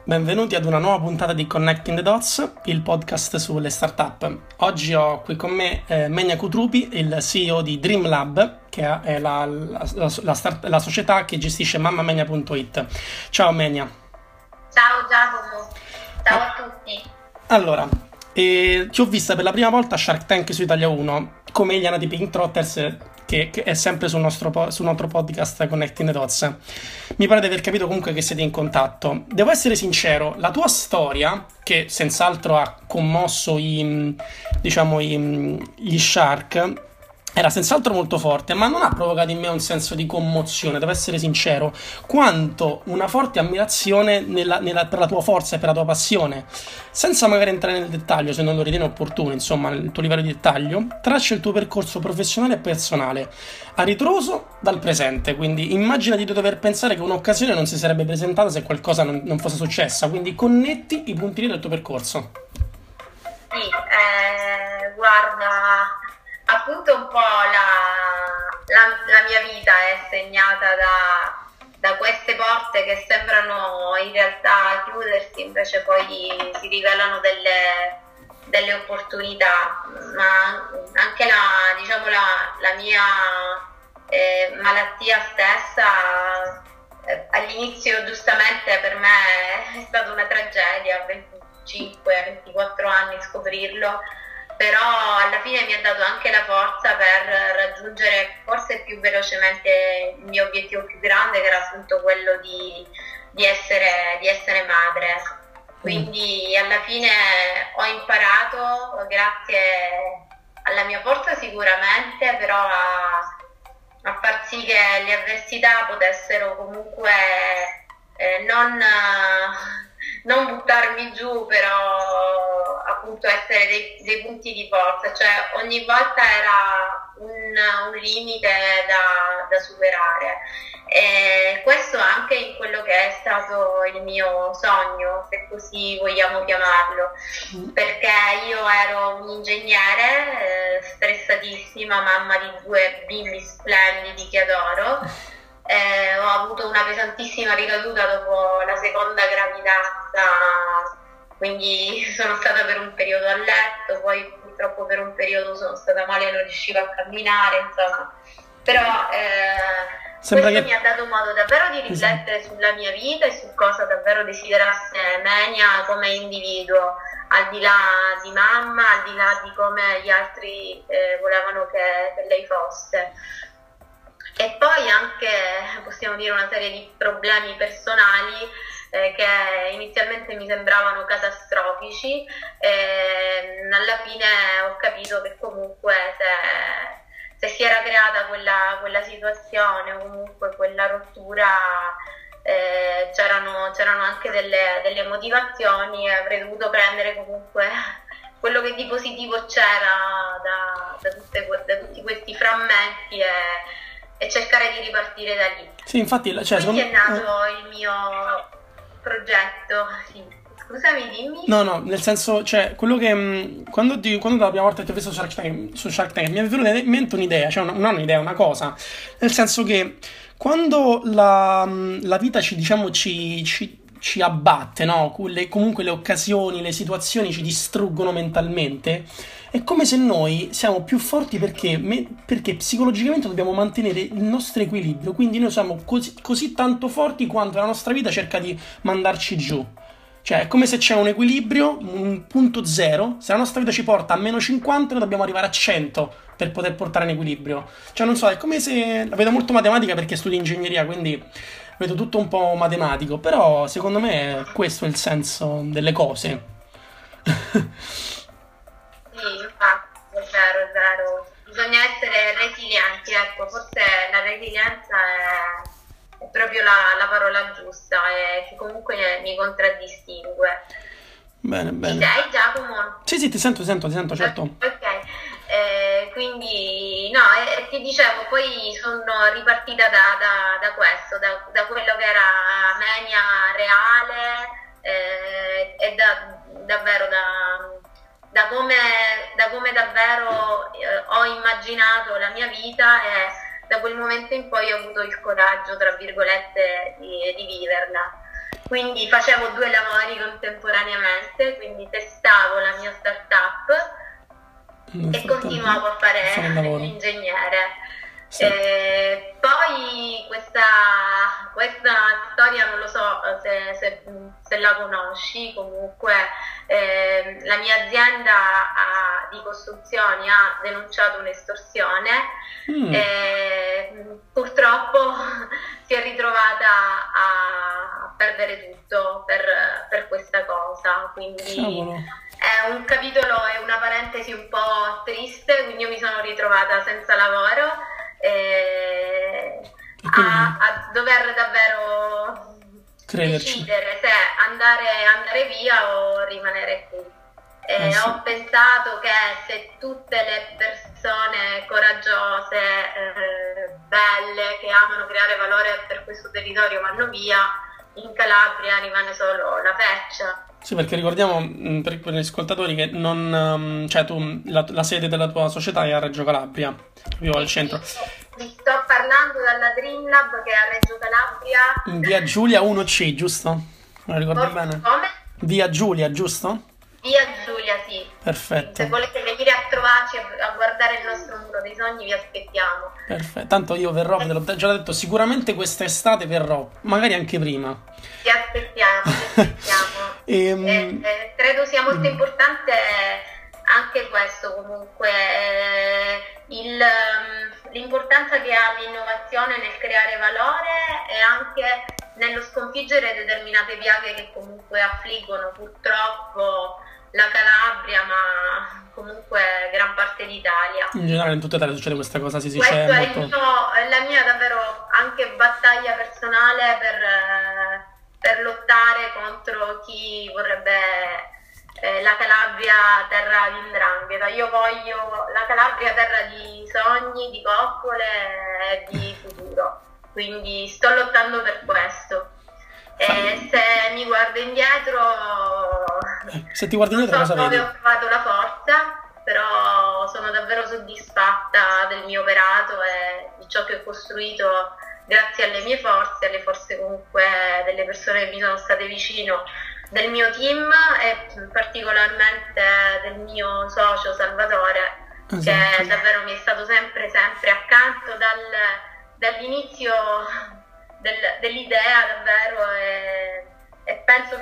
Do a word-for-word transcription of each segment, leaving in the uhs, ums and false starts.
Benvenuti ad una nuova puntata di Connecting the Dots, il podcast sulle startup. Oggi ho qui con me eh, Menia Kutrupi, il C E O di Dreamlab, che è la, la, la, start, la società che gestisce mammamenia punto it. Ciao Menia. Ciao Giacomo, ciao a tutti. Allora, eh, ti ho vista per la prima volta a Shark Tank su Italia uno, come Eliana di Pink Trotters, che, che è sempre sul nostro, sul nostro podcast Connecting the Dots. Mi pare di aver capito comunque che siete in contatto. Devo essere sincero, la tua storia, che senz'altro ha commosso i, diciamo, i, gli Shark, era senz'altro molto forte, ma non ha provocato in me un senso di commozione, devo essere sincero, quanto una forte ammirazione nella, nella, per la tua forza e per la tua passione. Senza magari entrare nel dettaglio, se non lo ritieni opportuno, insomma, il tuo livello di dettaglio, traccia il tuo percorso professionale e personale, a ritroso dal presente. Quindi immaginati di dover pensare che un'occasione non si sarebbe presentata se qualcosa non, non fosse successa, quindi connetti i puntini del tuo percorso. Sì, eh, guarda... Appunto un po' la, la, la mia vita è segnata da, da queste porte che sembrano in realtà chiudersi, invece poi si rivelano delle, delle opportunità, ma anche la, diciamo la, la mia eh, malattia stessa eh, all'inizio giustamente per me è stata una tragedia, a venticinque ventiquattro anni scoprirlo. Però alla fine mi ha dato anche la forza per raggiungere forse più velocemente il mio obiettivo più grande, che era appunto quello di, di, essere, di essere madre. Quindi alla fine ho imparato, grazie alla mia forza sicuramente, però a, a far sì che le avversità potessero comunque eh, non... non buttarmi giù, però appunto essere dei, dei punti di forza, cioè ogni volta era un, un limite da, da superare, e questo anche in quello che è stato il mio sogno, se così vogliamo chiamarlo, perché io ero un ingegnere, eh, stressatissima, mamma di due bimbi splendidi che adoro. Eh, ho avuto una pesantissima ricaduta dopo la seconda gravidanza, quindi sono stata per un periodo a letto, poi purtroppo per un periodo sono stata male e non riuscivo a camminare, insomma. Però eh, questo che... mi ha dato modo davvero di riflettere sulla mia vita e su cosa davvero desiderasse Menia come individuo, al di là di mamma, al di là di come gli altri eh, volevano che, che lei fosse. E poi anche, possiamo dire, una serie di problemi personali eh, che inizialmente mi sembravano catastrofici, e alla fine ho capito che comunque se, se si era creata quella, quella situazione o comunque quella rottura eh, c'erano, c'erano anche delle, delle motivazioni, e avrei dovuto prendere comunque quello che di positivo c'era da, da, tutte, da tutti questi frammenti e e cercare di ripartire da lì. Sì, infatti, cioè, quindi secondo... è nato eh... il mio progetto. Sì. Scusami, dimmi. No, no, nel senso, cioè, quello che quando, ti, quando la prima volta ti ho visto su Shark Tank, su Shark Tank mi è venuta in mente un'idea, cioè una, non un'idea, una cosa, nel senso che quando la, la vita ci, diciamo, ci, ci, ci abbatte, no? Le, comunque le occasioni, le situazioni ci distruggono mentalmente. È come se noi siamo più forti perché, perché psicologicamente dobbiamo mantenere il nostro equilibrio, quindi noi siamo così, così tanto forti quanto la nostra vita cerca di mandarci giù. Cioè è come se c'è un equilibrio, un punto zero, se la nostra vita ci porta a meno cinquanta noi dobbiamo arrivare a cento per poter portare in equilibrio. Cioè non so, è come se... La vedo molto matematica perché studio ingegneria, quindi vedo tutto un po' matematico, però secondo me questo è il senso delle cose. Sì, infatti, è vero, è vero. Bisogna essere resilienti, ecco, forse la resilienza è, è proprio la, la parola giusta e che comunque mi contraddistingue. Bene, bene. Ti sei, Giacomo? Sì, sì, ti sento, ti sento, ti sento, certo. Ok, eh, quindi, no, e eh, ti dicevo, poi sono ripartita da, da, da questo, da, da quello che era Menia reale eh, e da, davvero da... Da come, da come davvero eh, ho immaginato la mia vita, e da quel momento in poi ho avuto il coraggio, tra virgolette, di, di viverla. quindi facevo due lavori contemporaneamente, quindi testavo la mia startup Nel e frattempo continuavo a fare fare il lavoro. l'ingegnere. Sì. Eh, poi questa, questa storia non lo so se, se, se la conosci, comunque eh, la mia azienda ha- di costruzioni ha denunciato un'estorsione Mm. e purtroppo si è ritrovata a perdere tutto per, per questa cosa, quindi Cavolo. è un capitolo e una parentesi un po' triste, quindi io mi sono ritrovata senza lavoro e E quindi a, a dover davvero crederci. decidere se andare, andare via o rimanere qui. E Eh sì. ho pensato che se tutte le persone coraggiose, eh, belle, che amano creare valore per questo territorio vanno via, in Calabria rimane solo la feccia. Sì, perché ricordiamo mh, per, per gli ascoltatori che non, ehm, cioè tu, la, la sede della tua società è a Reggio Calabria, proprio al centro. Vi sto parlando dalla Dream Lab che è a Reggio Calabria. In via Giulia uno C, giusto? Me lo ricordo bene? Come? Via Giulia, giusto? Via Giulia, sì. Perfetto. Se volete venire a trovarci a a guardare il nostro muro dei sogni, vi aspettiamo. Perfetto. Tanto io verrò, ve l'ho già detto, sicuramente quest'estate verrò, magari anche prima. Ti aspettiamo, ti aspettiamo. Ehm, Eh, eh, credo sia molto mm. importante anche questo, comunque, eh, il, ehm, l'importanza che ha l'innovazione nel creare valore e anche nello sconfiggere determinate piaghe che comunque affliggono purtroppo la Calabria, ma comunque gran parte d'Italia. In generale in tutta Italia succede questa cosa, sì, sì, Questa c'è è il molto... mio- è la mia davvero anche battaglia personale per, eh, per lottare contro chi vorrebbe eh, la Calabria terra di 'ndrangheta. Io voglio la Calabria terra di sogni, di coccole e di futuro, quindi sto lottando per questo. E se mi guardo indietro, Se ti guardi indietro non so cosa dove vedi? ho trovato la forza, però sono davvero soddisfatta del mio operato e di ciò che ho costruito grazie alle mie forze, alle forze comunque delle persone che mi sono state vicino, del mio team e particolarmente del mio socio Salvatore, Esatto. che davvero mi è stato sempre sempre accanto dal, dall'inizio del, dell'idea davvero e, e penso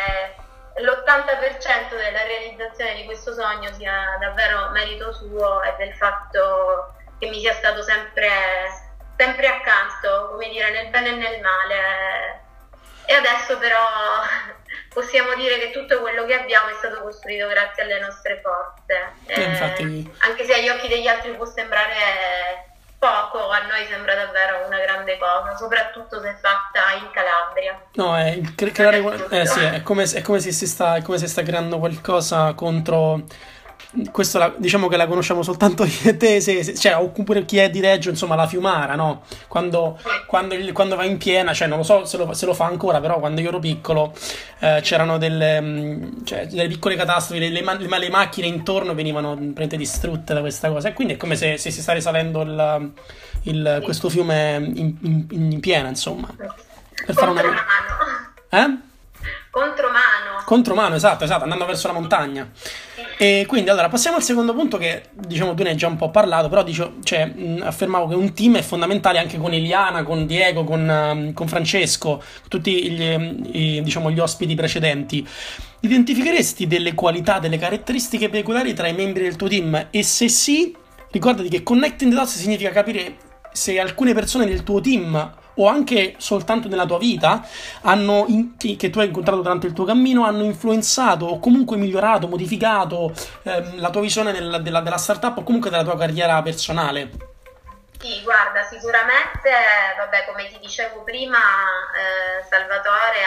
che l'ottanta per cento della realizzazione di questo sogno sia davvero merito suo e del fatto che mi sia stato sempre, sempre accanto, come dire, nel bene e nel male. E adesso però possiamo dire che tutto quello che abbiamo è stato costruito grazie alle nostre forze. Eh, Eh, infatti- anche se agli occhi degli altri può sembrare poco, a noi sembra davvero una grande cosa, soprattutto se fatta in Calabria. No, è cre- creare, eh, sì, è come, è come se si sta, è come se sta creando qualcosa contro. Questo la- diciamo che la conosciamo soltanto io e te, se- se- cioè, oppure chi è di Reggio, insomma, la Fiumara, no? Quando, quando, il- quando va in piena, cioè non lo so se lo, se lo fa ancora, però quando io ero piccolo eh, c'erano delle, mh, cioè, delle piccole catastrofi, le, le ma- le ma- le macchine intorno venivano praticamente distrutte da questa cosa, e quindi è come se, se si sta risalendo il, il- questo fiume in, in- in piena, insomma. Per fare una... Contromano. Eh? Contromano. Contromano, esatto, esatto, andando verso la montagna. E quindi allora passiamo al secondo punto che diciamo tu ne hai già un po' parlato, però dicio, cioè, mh, affermavo che un team è fondamentale anche con Eliana, con Diego, con, ehm, con Francesco, tutti gli, ehm, i, diciamo, gli ospiti precedenti. Identificheresti delle qualità, delle caratteristiche peculiari tra i membri del tuo team? E se sì, ricordati che connecting the dots significa capire se alcune persone del tuo team o anche soltanto nella tua vita hanno in- che, che tu hai incontrato durante il tuo cammino hanno influenzato o comunque migliorato, modificato ehm, la tua visione del- della, della startup o comunque della tua carriera personale. Sì, guarda, sicuramente, vabbè, come ti dicevo prima, eh, Salvatore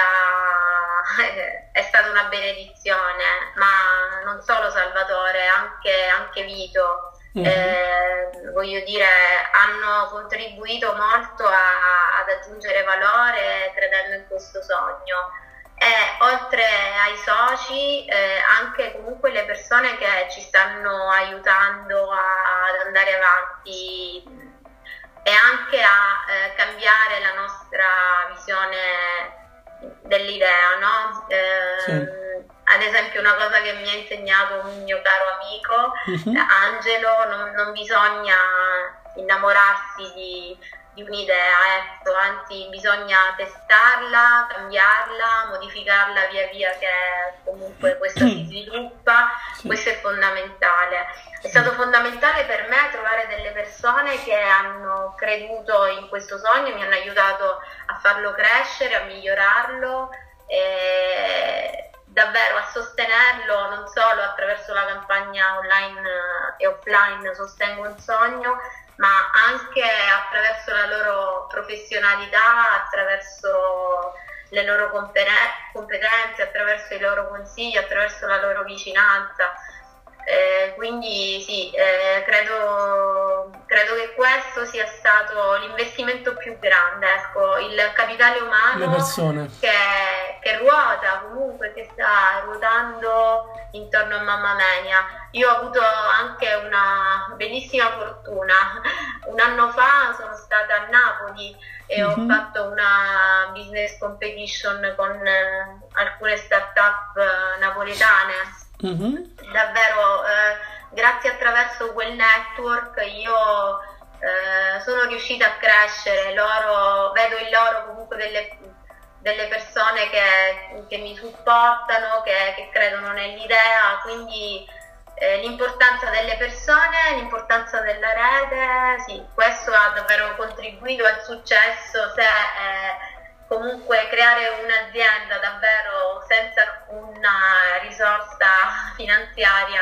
ha- è stata una benedizione, ma non solo Salvatore, anche, anche Vito. Mhm. Eh, voglio dire, hanno contribuito molto a- ad aggiungere valore credendo in questo sogno. E oltre ai soci, eh, anche comunque le persone che ci stanno aiutando a- ad andare avanti e anche a eh, cambiare la nostra visione dell'idea, no? Eh, Sì. Ad esempio una cosa che mi ha insegnato un mio caro amico, Mhm. Angelo, non, non bisogna innamorarsi di, di un'idea, ecco, anzi bisogna testarla, cambiarla, modificarla via via che comunque questa si sviluppa, Sì. questo è fondamentale. È stato fondamentale per me trovare delle persone che hanno creduto in questo sogno, mi hanno aiutato a farlo crescere, a migliorarlo, e davvero a sostenerlo non solo attraverso la campagna online e offline Sostengo un sogno, ma anche attraverso la loro professionalità, attraverso le loro competenze, attraverso i loro consigli, attraverso la loro vicinanza. Eh, quindi sì, eh, credo, credo che questo sia stato l'investimento più grande, ecco, il capitale Le umano persone. che, che ruota comunque, che sta ruotando intorno a Mamma Mania. Io ho avuto anche una bellissima fortuna. Un anno fa sono stata a Napoli e ho Mhm. fatto una business competition con eh, alcune start-up eh, napoletane. Mhm. Davvero, eh, grazie attraverso quel network io eh, sono riuscita a crescere, loro, vedo in loro comunque delle, delle persone che, che mi supportano, che, che credono nell'idea, quindi eh, l'importanza delle persone, l'importanza della rete, sì, questo ha davvero contribuito al successo. Se eh, comunque creare un'azienda davvero senza una risorsa finanziaria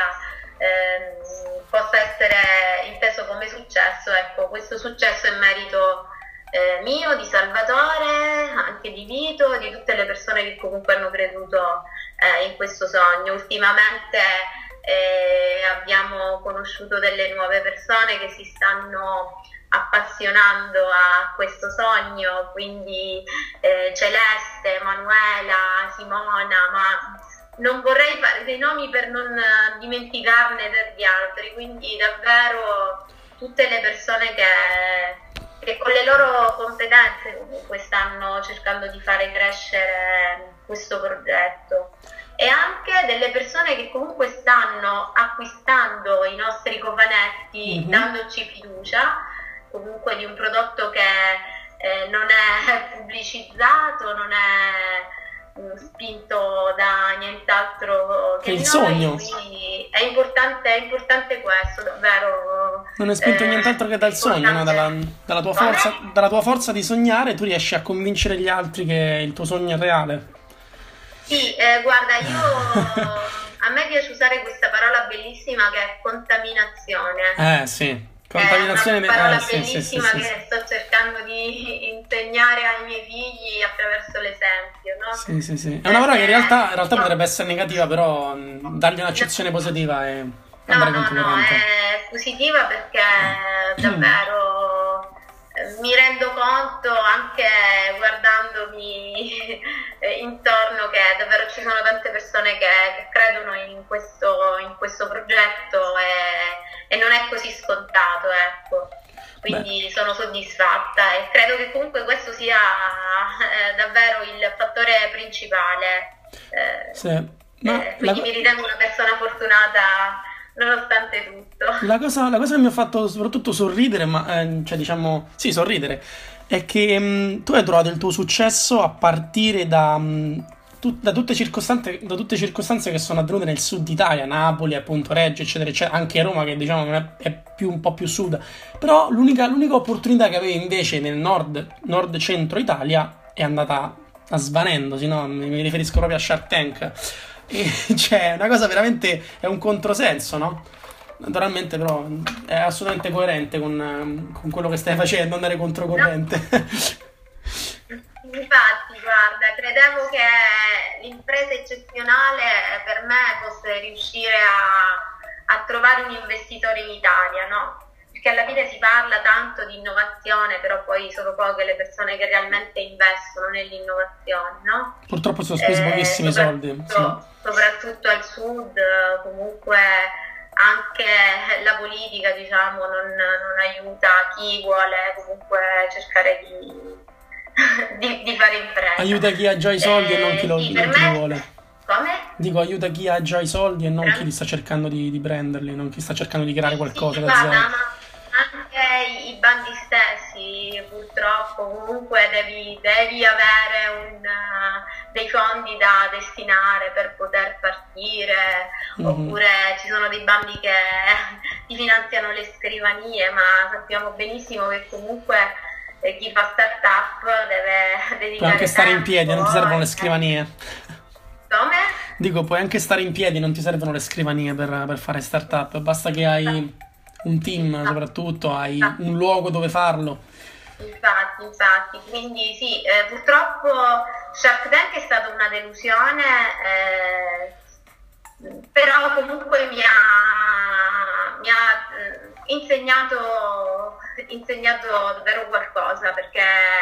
ehm, possa essere inteso come successo, ecco, questo successo è merito eh, mio, di Salvatore, anche di Vito, di tutte le persone che comunque hanno creduto eh, in questo sogno. Ultimamente eh, abbiamo conosciuto delle nuove persone che si stanno appassionando a questo sogno, quindi eh, Celeste, Manuela, Simona, ma non vorrei fare dei nomi per non dimenticarne degli altri, quindi davvero tutte le persone che, che con le loro competenze comunque stanno cercando di fare crescere questo progetto, e anche delle persone che comunque stanno acquistando i nostri cofanetti, Mhm. dandoci fiducia comunque di un prodotto che eh, non è pubblicizzato, non è mh, spinto da nient'altro che È il noi, sogno. quindi è importante, è importante questo, davvero. Non è spinto eh, nient'altro che dal sogno, no? importante. Dalla, dalla tua Come? forza, dalla tua forza di sognare, tu riesci a convincere gli altri che il tuo sogno è reale. Sì, eh, guarda, io a me piace usare questa parola bellissima che è contaminazione. Eh sì, È contaminazione. una parola eh, sì, sì, sì, bellissima sì, che sì. sto cercando di insegnare ai miei figli attraverso l'esempio, no? Sì, sì, sì. È una parola che in realtà, in realtà No. potrebbe essere negativa, però mh, dargli un'accezione positiva e No, andare no, no, controcorrente. è positiva perché davvero eh, mi rendo conto anche guardandomi eh, intorno che davvero ci sono tante persone che, che credono in questo, in questo progetto e, e non è così scontato, ecco. Quindi sono soddisfatta e credo che comunque questo sia eh, davvero il fattore principale. Eh, Sì. eh, Ma quindi la, mi ritengo una persona fortunata nonostante tutto. la cosa, la cosa che mi ha fatto soprattutto sorridere, ma eh, cioè diciamo, sì, sorridere, è che mh, tu hai trovato il tuo successo a partire da, mh, tu- da tutte circostanze, da tutte circostanze che sono avvenute nel sud Italia, Napoli, appunto Reggio, eccetera, eccetera, anche Roma, che diciamo non è, è più un po' più sud. Però l'unica, l'unica opportunità che avevi invece nel nord, nord-centro Italia è andata a svanendosi, no? Mi mi riferisco proprio a Shark Tank. E, cioè, una cosa veramente è un controsenso, no? Naturalmente, però, è assolutamente coerente con, con quello che stai facendo, andare controcorrente. Infatti, guarda, credevo che l'impresa eccezionale per me fosse riuscire a, a trovare un investitore in Italia, no? Perché alla fine si parla tanto di innovazione, però poi sono poche le persone che realmente investono nell'innovazione, no? Purtroppo sono spesi Eh, pochissimi soldi. Sì. soprattutto, soprattutto al sud, comunque anche la politica, diciamo, non, non aiuta chi vuole comunque cercare di di, di fare impresa. Aiuta chi ha già i soldi eh, e non chi lo, sì, non chi me... li vuole. Come? Dico, aiuta chi ha già i soldi e non per... chi li sta cercando di, di prenderli, non chi sta cercando di creare qualcosa sì, da guarda, zero. Ma anche i bandi stessi, purtroppo, comunque devi, devi avere un, uh, dei fondi da destinare per poter partire, mm-hmm. Oppure ci sono dei bandi che ti finanziano le scrivanie, ma sappiamo benissimo che comunque eh, chi fa startup deve dedicare puoi anche stare tempo, in piedi, non ti servono le scrivanie. Come? Dico, puoi anche stare in piedi, non ti servono le scrivanie per, per fare startup, basta che hai un team, soprattutto, hai un luogo dove farlo. Infatti, infatti, quindi sì, eh, purtroppo Shark Tank è stata una delusione, eh, però comunque mi ha, mi ha eh, insegnato, insegnato davvero qualcosa, perché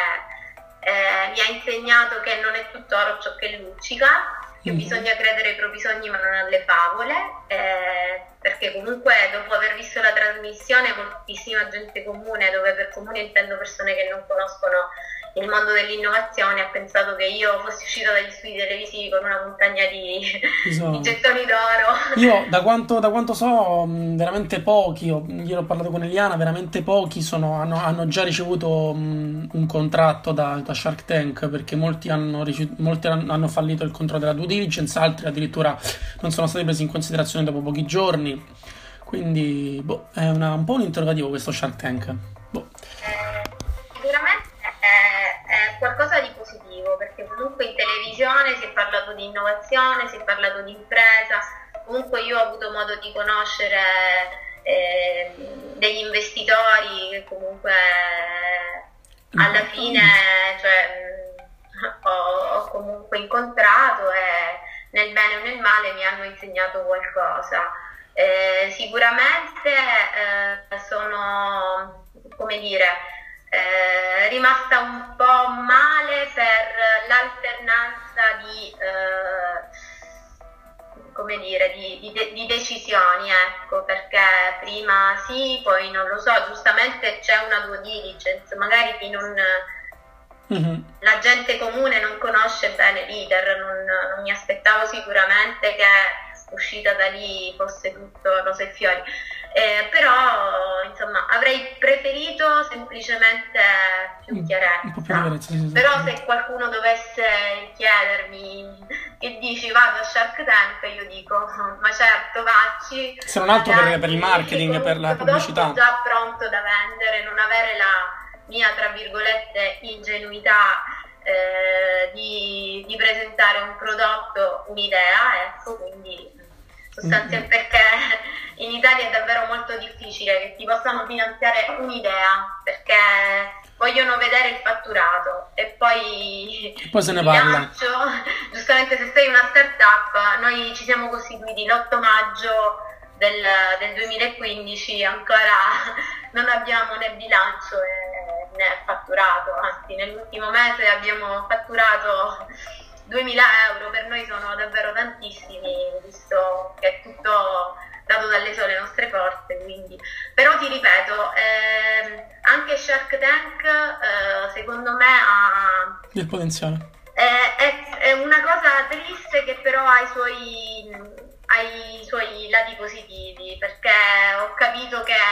eh, mi ha insegnato che non è tutto oro ciò che luccica, che mm-hmm. bisogna credere ai propri sogni ma non alle favole, eh, perché comunque dopo aver visto la trasmissione moltissima gente comune, dove per comune intendo persone che non conoscono il mondo dell'innovazione, ha pensato che io fossi uscita dagli studi televisivi con una montagna di, esatto. di gettoni d'oro. Io da quanto, da quanto so, veramente pochi, io ho parlato con Eliana, veramente pochi sono, hanno, hanno già ricevuto um, un contratto da, da Shark Tank, perché molti, hanno, molti hanno fallito il controllo della due diligence, altri addirittura non sono stati presi in considerazione dopo pochi giorni, quindi boh, è una, un po' un interrogativo questo Shark Tank. Boh. Eh, sicuramente è qualcosa di positivo, perché comunque in televisione si è parlato di innovazione, si è parlato di impresa, comunque io ho avuto modo di conoscere eh, degli investitori che comunque alla fine cioè, ho, ho comunque incontrato e nel bene o nel male mi hanno insegnato qualcosa. Eh, sicuramente eh, sono, come dire, Eh, rimasta un po' male per l'alternanza di, eh, come dire, di, di, di decisioni, ecco, perché prima sì, poi non lo so, giustamente c'è una due diligence, magari chi non, mm-hmm. la gente comune non conosce bene l'iter, non, non mi aspettavo sicuramente che uscita da lì fosse tutto rose e fiori. Eh, però insomma avrei preferito semplicemente più chiarezza, chiarezza sì, sì, però sì. Se qualcuno dovesse chiedermi che dici vado a Shark Tank, io dico ma certo vacci, se non altro per, per il marketing, per la pubblicità, già pronto da vendere, non avere la mia tra virgolette ingenuità eh, di, di presentare un prodotto, un'idea, ecco, quindi sostanzialmente perché in Italia è davvero molto difficile che ti possano finanziare un'idea, perché vogliono vedere il fatturato e poi, e poi se ne parla. Lancio, giustamente se sei una startup, noi ci siamo costituiti l'otto maggio del, del duemilaquindici, ancora non abbiamo né bilancio né fatturato, anzi nell'ultimo mese abbiamo fatturato duemila euro, per noi sono davvero tantissimi, visto che è tutto dato dalle sole nostre forze, quindi. Però ti ripeto, ehm, anche Shark Tank eh, secondo me ha il potenziale. È, è, è una cosa triste che però ha i suoi, ha i suoi lati positivi, perché ho capito che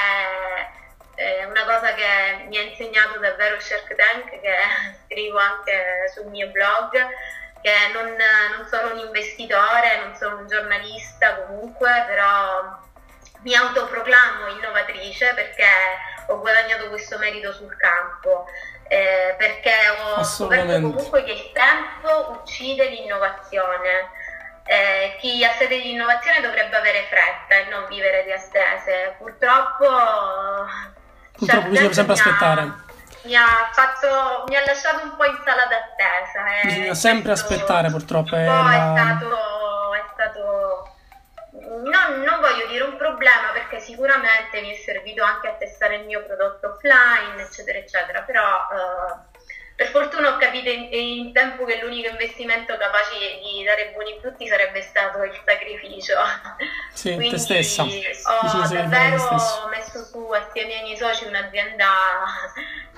è una cosa che mi ha insegnato davvero Shark Tank, che scrivo anche sul mio blog, che non, non sono un investitore, non sono un giornalista comunque, però mi autoproclamo innovatrice perché ho guadagnato questo merito sul campo, eh, perché ho scoperto comunque che il tempo uccide l'innovazione. Eh, chi ha sede di innovazione dovrebbe avere fretta e non vivere di attese. Purtroppo, Purtroppo bisogna sempre aspettare. Mi ha, fatto, mi ha lasciato un po' in sala d'attesa. Eh. Bisogna sempre Questo, aspettare, purtroppo. È, la... la... è stato, è stato non, non voglio dire un problema, perché sicuramente mi è servito anche a testare il mio prodotto offline, eccetera, eccetera. Però eh, per fortuna ho capito in, in tempo che l'unico investimento capace di dare buoni frutti sarebbe stato il sacrificio. Sì, quindi te stessa. Ho davvero messo su assieme ai miei soci un'azienda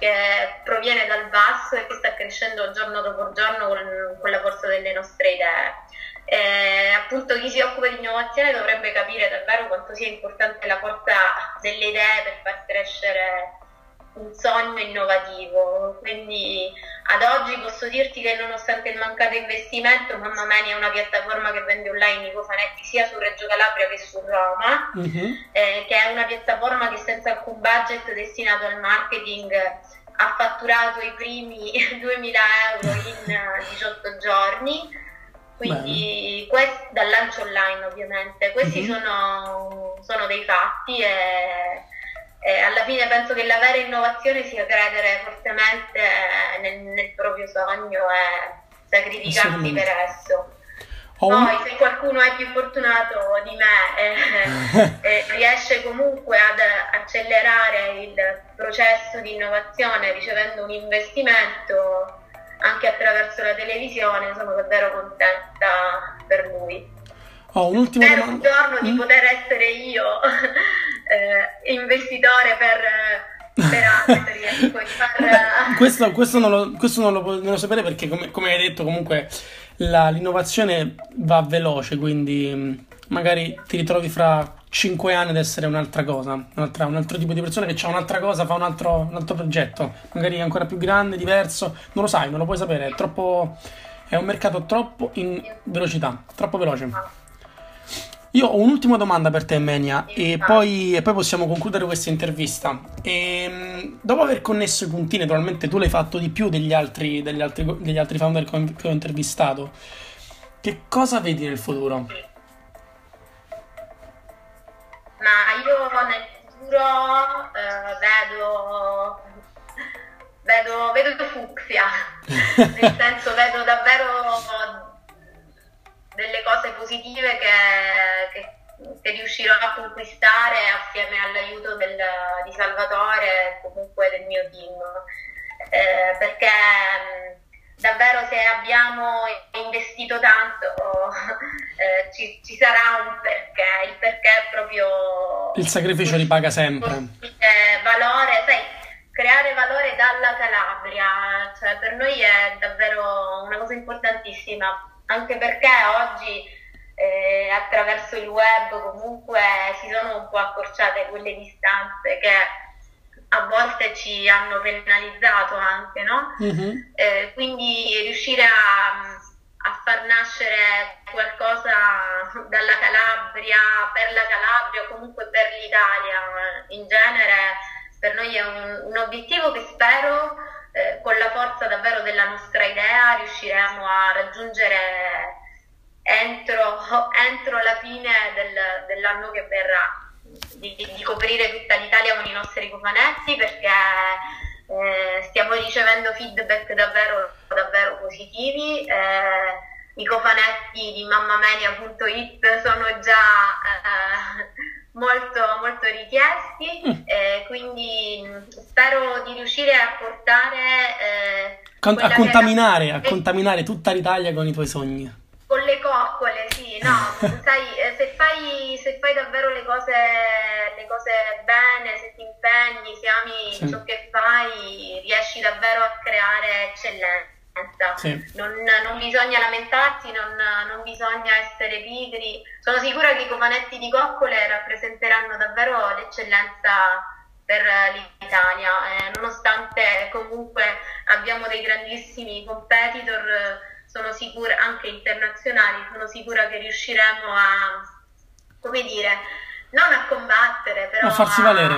che proviene dal basso e che sta crescendo giorno dopo giorno con, con la forza delle nostre idee. Eh, appunto chi si occupa di innovazione dovrebbe capire davvero quanto sia importante la forza delle idee per far crescere un sogno innovativo. Quindi ad oggi posso dirti che nonostante il mancato investimento, Mamma Mania è una piattaforma che vende online i cofanetti sia su Reggio Calabria che su Roma, uh-huh. eh, che è una piattaforma che senza alcun budget destinato al marketing ha fatturato i primi duemila euro in diciotto giorni. Quindi quest- dal lancio online ovviamente, questi uh-huh. sono, sono dei fatti e, e alla fine penso che la vera innovazione sia credere fortemente nel, nel proprio sogno e sacrificarsi per esso. Oh. Poi se qualcuno è più fortunato di me e, e riesce comunque ad accelerare il processo di innovazione ricevendo un investimento anche attraverso la televisione, sono davvero contenta per lui. Oh, un'ultima Spero domanda. un giorno mm? di poter essere io eh, investitore per, per altri. Ecco, di far... Vabbè, questo, questo, non lo, questo non lo non lo sapere perché, come, come hai detto, comunque la, l'innovazione va veloce, quindi magari ti ritrovi fra cinque anni ad essere un'altra cosa, un'altra, un altro tipo di persona che ha un'altra cosa, fa un altro, un altro progetto, magari ancora più grande, diverso, non lo sai, non lo puoi sapere, è troppo, è un mercato troppo in velocità, troppo veloce. Io ho un'ultima domanda per te, Menia, e poi, e poi possiamo concludere questa intervista. E, dopo aver connesso i puntini, naturalmente tu l'hai fatto di più degli altri, degli altri, degli altri founder che ho, che ho intervistato, che cosa vedi nel futuro? Ma io nel futuro eh, vedo, vedo, vedo fucsia, nel senso vedo davvero delle cose positive che, che, che riuscirò a conquistare assieme all'aiuto del, di Salvatore e comunque del mio team, eh, perché davvero se abbiamo investito tanto eh, ci, ci sarà un perché, il perché è proprio... Il sacrificio li paga sempre. Eh, valore, sai, creare valore dalla Calabria, cioè per noi è davvero una cosa importantissima, anche perché oggi eh, attraverso il web comunque si sono un po' accorciate quelle distanze che a volte ci hanno penalizzato anche, no? Mm-hmm. Eh, quindi riuscire a, a far nascere qualcosa dalla Calabria, per la Calabria o comunque per l'Italia in genere, per noi è un, un obiettivo che spero eh, con la forza davvero della nostra idea riusciremo a raggiungere entro, entro la fine del, dell'anno che verrà. Di, di coprire tutta l'Italia con i nostri cofanetti, perché eh, stiamo ricevendo feedback davvero, davvero positivi. Eh, i cofanetti di mammamania punto it sono già eh, molto, molto richiesti, mm. eh, quindi spero di riuscire a portare eh, Con, a contaminare, la... a contaminare tutta l'Italia con i tuoi sogni. Con le coccole, sì, no, sai, se fai, se fai davvero le cose, le cose bene, se ti impegni, se ami sì. ciò che fai, riesci davvero a creare eccellenza. Sì. Non, non bisogna lamentarsi, non, non bisogna essere pigri. Sono sicura che i cofanetti di coccole rappresenteranno davvero l'eccellenza per l'Italia, eh, nonostante comunque abbiamo dei grandissimi competitor. Sono sicura, anche internazionali, sono sicura che riusciremo a, come dire, non a combattere, però a farsi valere,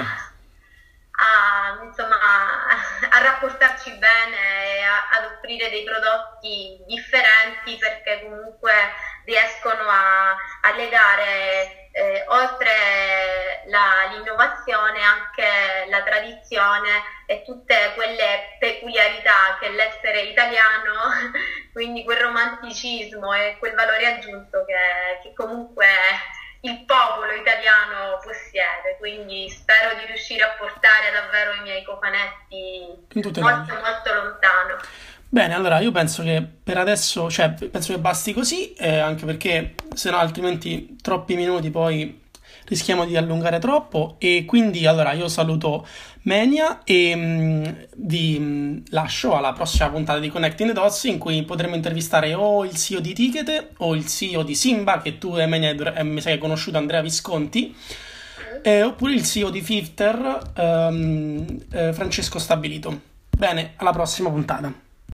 a, insomma, a, a rapportarci bene e a, ad offrire dei prodotti differenti, perché comunque riescono a, a legare eh, oltre la, l'innovazione anche la tradizione e tutte quelle peculiarità che l'essere italiano, quindi quel romanticismo e quel valore aggiunto che, che comunque il popolo italiano possiede. Quindi spero di riuscire a portare davvero i miei cofanetti molto molto lontano. Bene, allora io penso che per adesso, cioè penso che basti così, eh, anche perché se no altrimenti troppi minuti poi rischiamo di allungare troppo e quindi allora io saluto Menia e mh, vi mh, lascio alla prossima puntata di Connecting the Dots in cui potremo intervistare o il C E O di Ticket o il C E O di Simba, che tu e Menia eh, mi sa che hai conosciuto, Andrea Visconti, eh, oppure il C E O di Fifter, ehm, eh, Francesco Stabilito. Bene, alla prossima puntata.